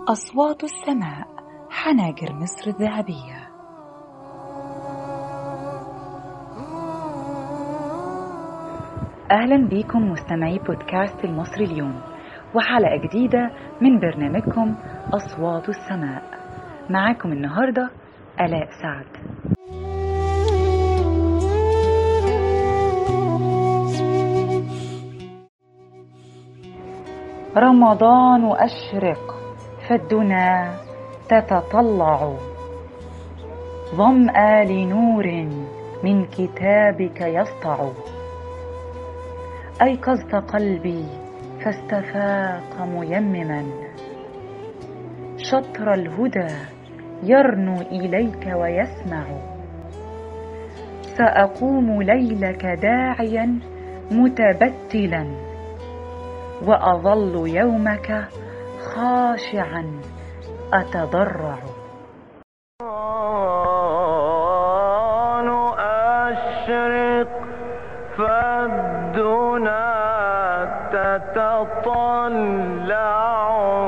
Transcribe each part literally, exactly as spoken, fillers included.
أصوات السماء، حناجر مصر الذهبية. أهلا بكم مستمعي بودكاست المصري اليوم، وحلقة جديدة من برنامجكم أصوات السماء. معاكم النهاردة آلاء سعد. رمضان أشرق فالدنا تتطلع، ظمأ لنور من كتابك يسطع. أيقظت قلبي فاستفاق ميمما، شطر الهدى يرنو إليك ويسمع. سأقوم ليلك داعيا متبتلا، وأظل يومك خاشعا أتضرع. أشرق فالدنا تتطلع،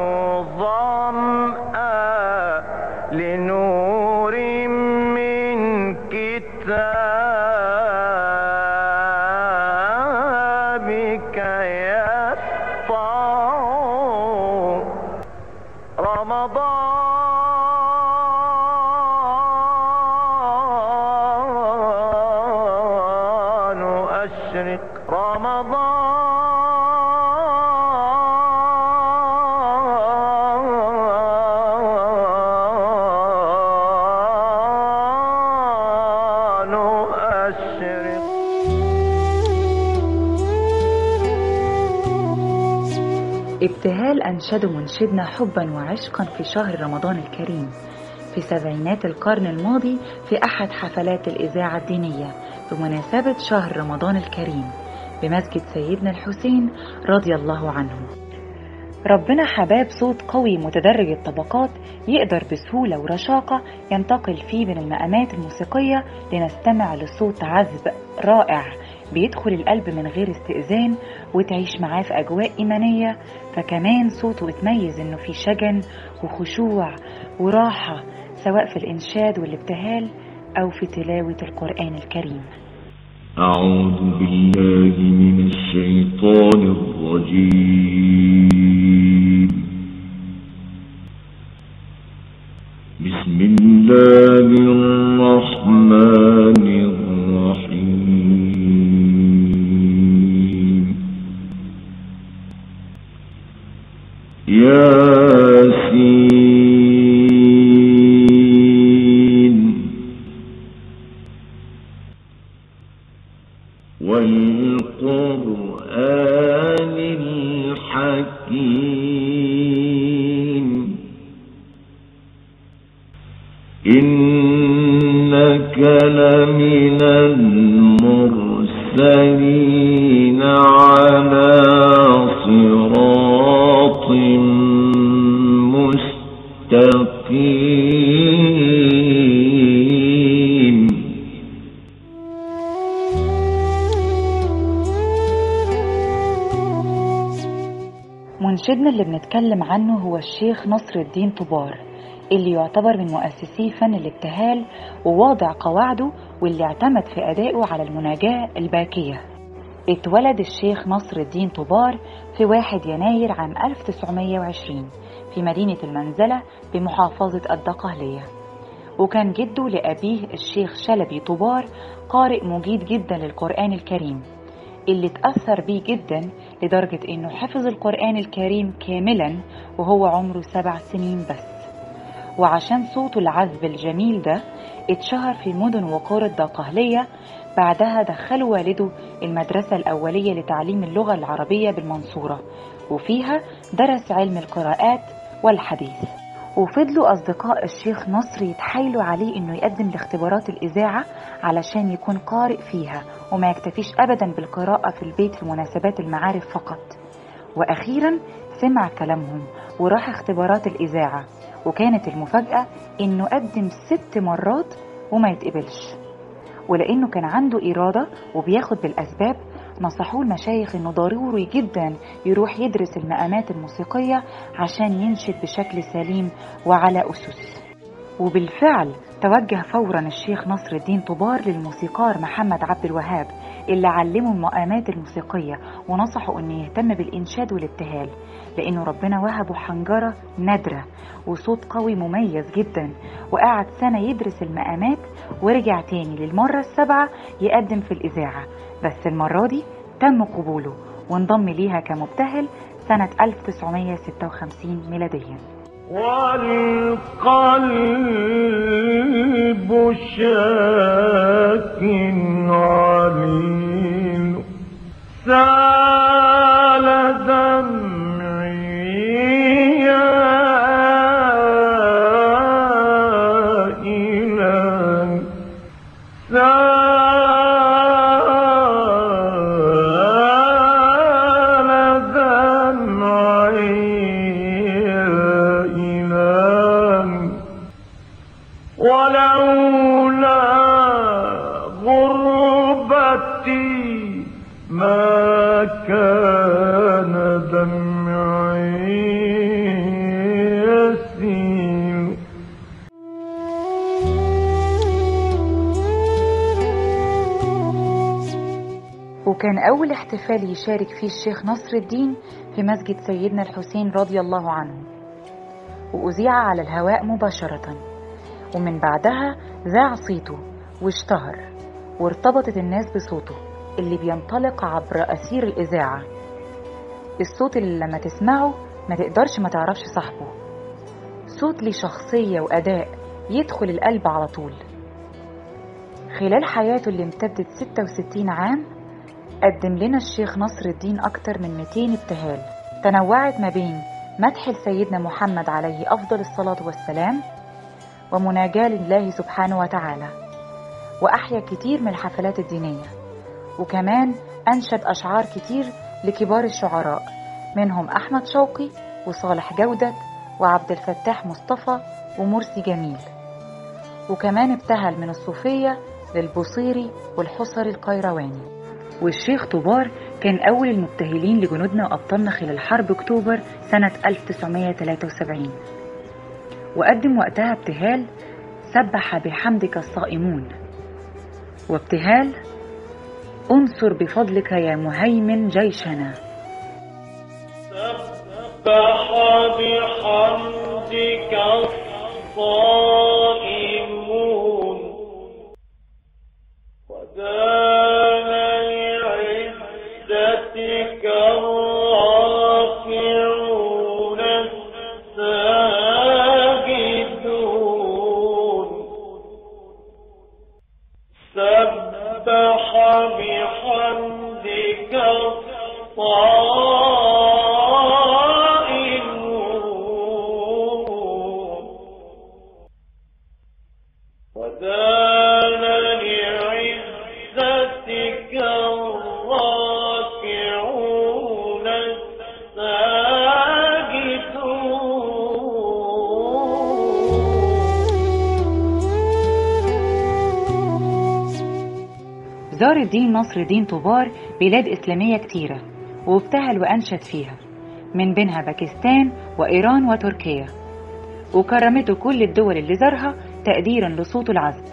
ظمأ لنور من كتابك يسطع. رمضان أشرق، رمضان أشرق. ابتهال أنشد منشدنا حبا وعشقا في شهر رمضان الكريم في سبعينات القرن الماضي في أحد حفلات الإذاعة الدينية بمناسبة شهر رمضان الكريم بمسجد سيدنا الحسين رضي الله عنه. ربنا حباب صوت قوي متدرج الطبقات يقدر بسهولة ورشاقة ينتقل فيه بين المقامات الموسيقية لنستمع لصوت عذب رائع بيدخل القلب من غير استئذان وتعيش معاه في أجواء إيمانية. فكمان صوته اتميز إنه في شجن وخشوع وراحة، سواء في الإنشاد والابتهال أو في تلاوة القرآن الكريم. أعوذ بالله من الشيطان الرجيم. بسم الله الرحمن الرحيم. ياسين والقرآن الحكيم، إنك لمن المرسلين على صراط مستقيم. منشدنا اللي بنتكلم عنه هو الشيخ نصر الدين طوبار، اللي يعتبر من مؤسسي فن الابتهال وواضع قواعده، واللي اعتمد في أدائه على المناجاة الباكية. اتولد الشيخ نصر الدين طوبار في واحد يناير عام ألف وتسعمية وعشرين في مدينة المنزلة بمحافظة الدقهلية، وكان جده لأبيه الشيخ شلبي طوبار قارئ مجيد جدا للقرآن الكريم، اللي اتأثر بيه جدا لدرجة انه حفظ القرآن الكريم كاملا وهو عمره سبع سنين بس. وعشان صوته العذب الجميل ده اتشهر في مدن وقرى الدقهلية. بعدها دخل والده المدرسة الأولية لتعليم اللغة العربية بالمنصورة، وفيها درس علم القراءات والحديث. وفضلوا أصدقاء الشيخ نصر يتحايلوا عليه إنه يقدم لاختبارات الإذاعة علشان يكون قارئ فيها، وما يكتفيش أبدا بالقراءة في البيت في مناسبات المعارف فقط. وأخيرا سمع كلامهم وراح اختبارات الإذاعة، وكانت المفاجأة إنه قدم ست مرات وما يتقبلش. ولأنه كان عنده إرادة وبياخد بالأسباب، نصحوه المشايخ انه ضروري جدا يروح يدرس المقامات الموسيقية عشان ينشد بشكل سليم وعلى أسس. وبالفعل توجه فورا الشيخ نصر الدين طوبار للموسيقار محمد عبد الوهاب اللي علمه المقامات الموسيقية ونصحه انه يهتم بالإنشاد والابتهال، لأنه ربنا وهبه حنجرة نادرة وصوت قوي مميز جدا. وقعد سنة يدرس المقامات ورجع تاني للمرة السابعة يقدم في الإذاعة، بس المرة دي تم قبوله وانضم ليها كمبتهل سنة ألف وتسعمائة وستة وخمسين ميلاديا. والقلب شاك عليل سال دمعي يا إلهي سال دمعي ولولا غربتي ما كان دمعي يسيل. وكان أول احتفال يشارك فيه الشيخ نصر الدين في مسجد سيدنا الحسين رضي الله عنه، وأذيع على الهواء مباشرة، ومن بعدها ذاع صيته واشتهر وارتبطت الناس بصوته اللي بينطلق عبر أثير الإذاعة، الصوت اللي لما تسمعه ما تقدرش ما تعرفش صاحبه، صوت ليه شخصية وأداء يدخل القلب على طول. خلال حياته اللي امتدت ستة وستين عام قدم لنا الشيخ نصر الدين أكتر من مئتين ابتهال تنوعت ما بين مدح لسيدنا محمد عليه أفضل الصلاة والسلام ومناجاة لله سبحانه وتعالى، وأحيا كتير من الحفلات الدينية، وكمان أنشد أشعار كتير لكبار الشعراء منهم أحمد شوقي وصالح جودة وعبد الفتاح مصطفى ومرسي جميل، وكمان ابتهل من الصوفية للبصيري والحصري القيرواني. والشيخ طوبار كان أول المبتهلين لجنودنا وأبطالنا خلال حرب أكتوبر سنة ألف وتسعمائة وثلاثة وسبعين، وقدم وقتها ابتهال سبح بحمدك الصائمون، وابتهال انصر بفضلك يا مهيمن جيشنا. سبح بحمدك الصائمون ودان لعزتك الرافعون الساجدون. سبح بحمدك الصائمون ودان لعزتك الرافعون الساجدون. زار الدين نصر الدين طوبار بلاد إسلامية كتيرة وابتهل وأنشد فيها، من بينها باكستان وإيران وتركيا، وكرمته كل الدول اللي زارها تقديرا لصوته العذب.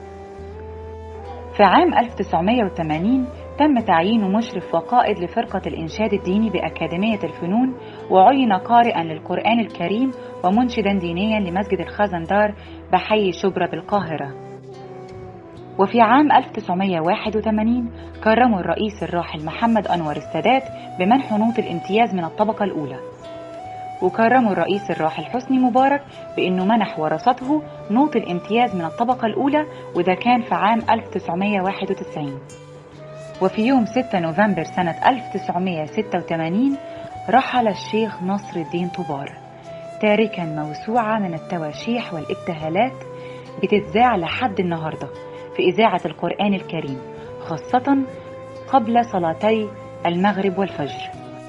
في عام ألف وتسعمائة وثمانين تم تعيينه مشرف وقائد لفرقة الإنشاد الديني بأكاديمية الفنون، وعين قارئا للقرآن الكريم ومنشدا دينيا لمسجد الخزندار بحي شبرا بالقاهرة. وفي عام ألف وتسعمائة وواحد وثمانين كرموا الرئيس الراحل محمد أنور السادات بمنح نوط الامتياز من الطبقة الأولى، وكرموا الرئيس الراحل حسني مبارك بأنه منح ورثته نوط الامتياز من الطبقة الأولى، وده كان في عام ألف وتسعمائة وواحد وتسعين. وفي يوم ستة نوفمبر سنة ألف وتسعمائة وستة وثمانين رحل الشيخ نصر الدين طوبار تاركا موسوعة من التواشيح والابتهالات بتتذاع لحد النهاردة في إذاعة القرآن الكريم، خاصة قبل صلاتي المغرب والفجر.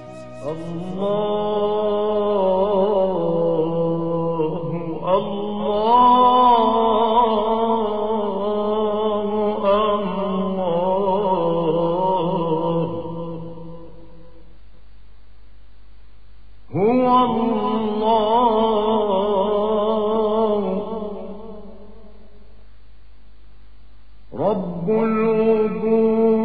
الله الله الله رب الوجود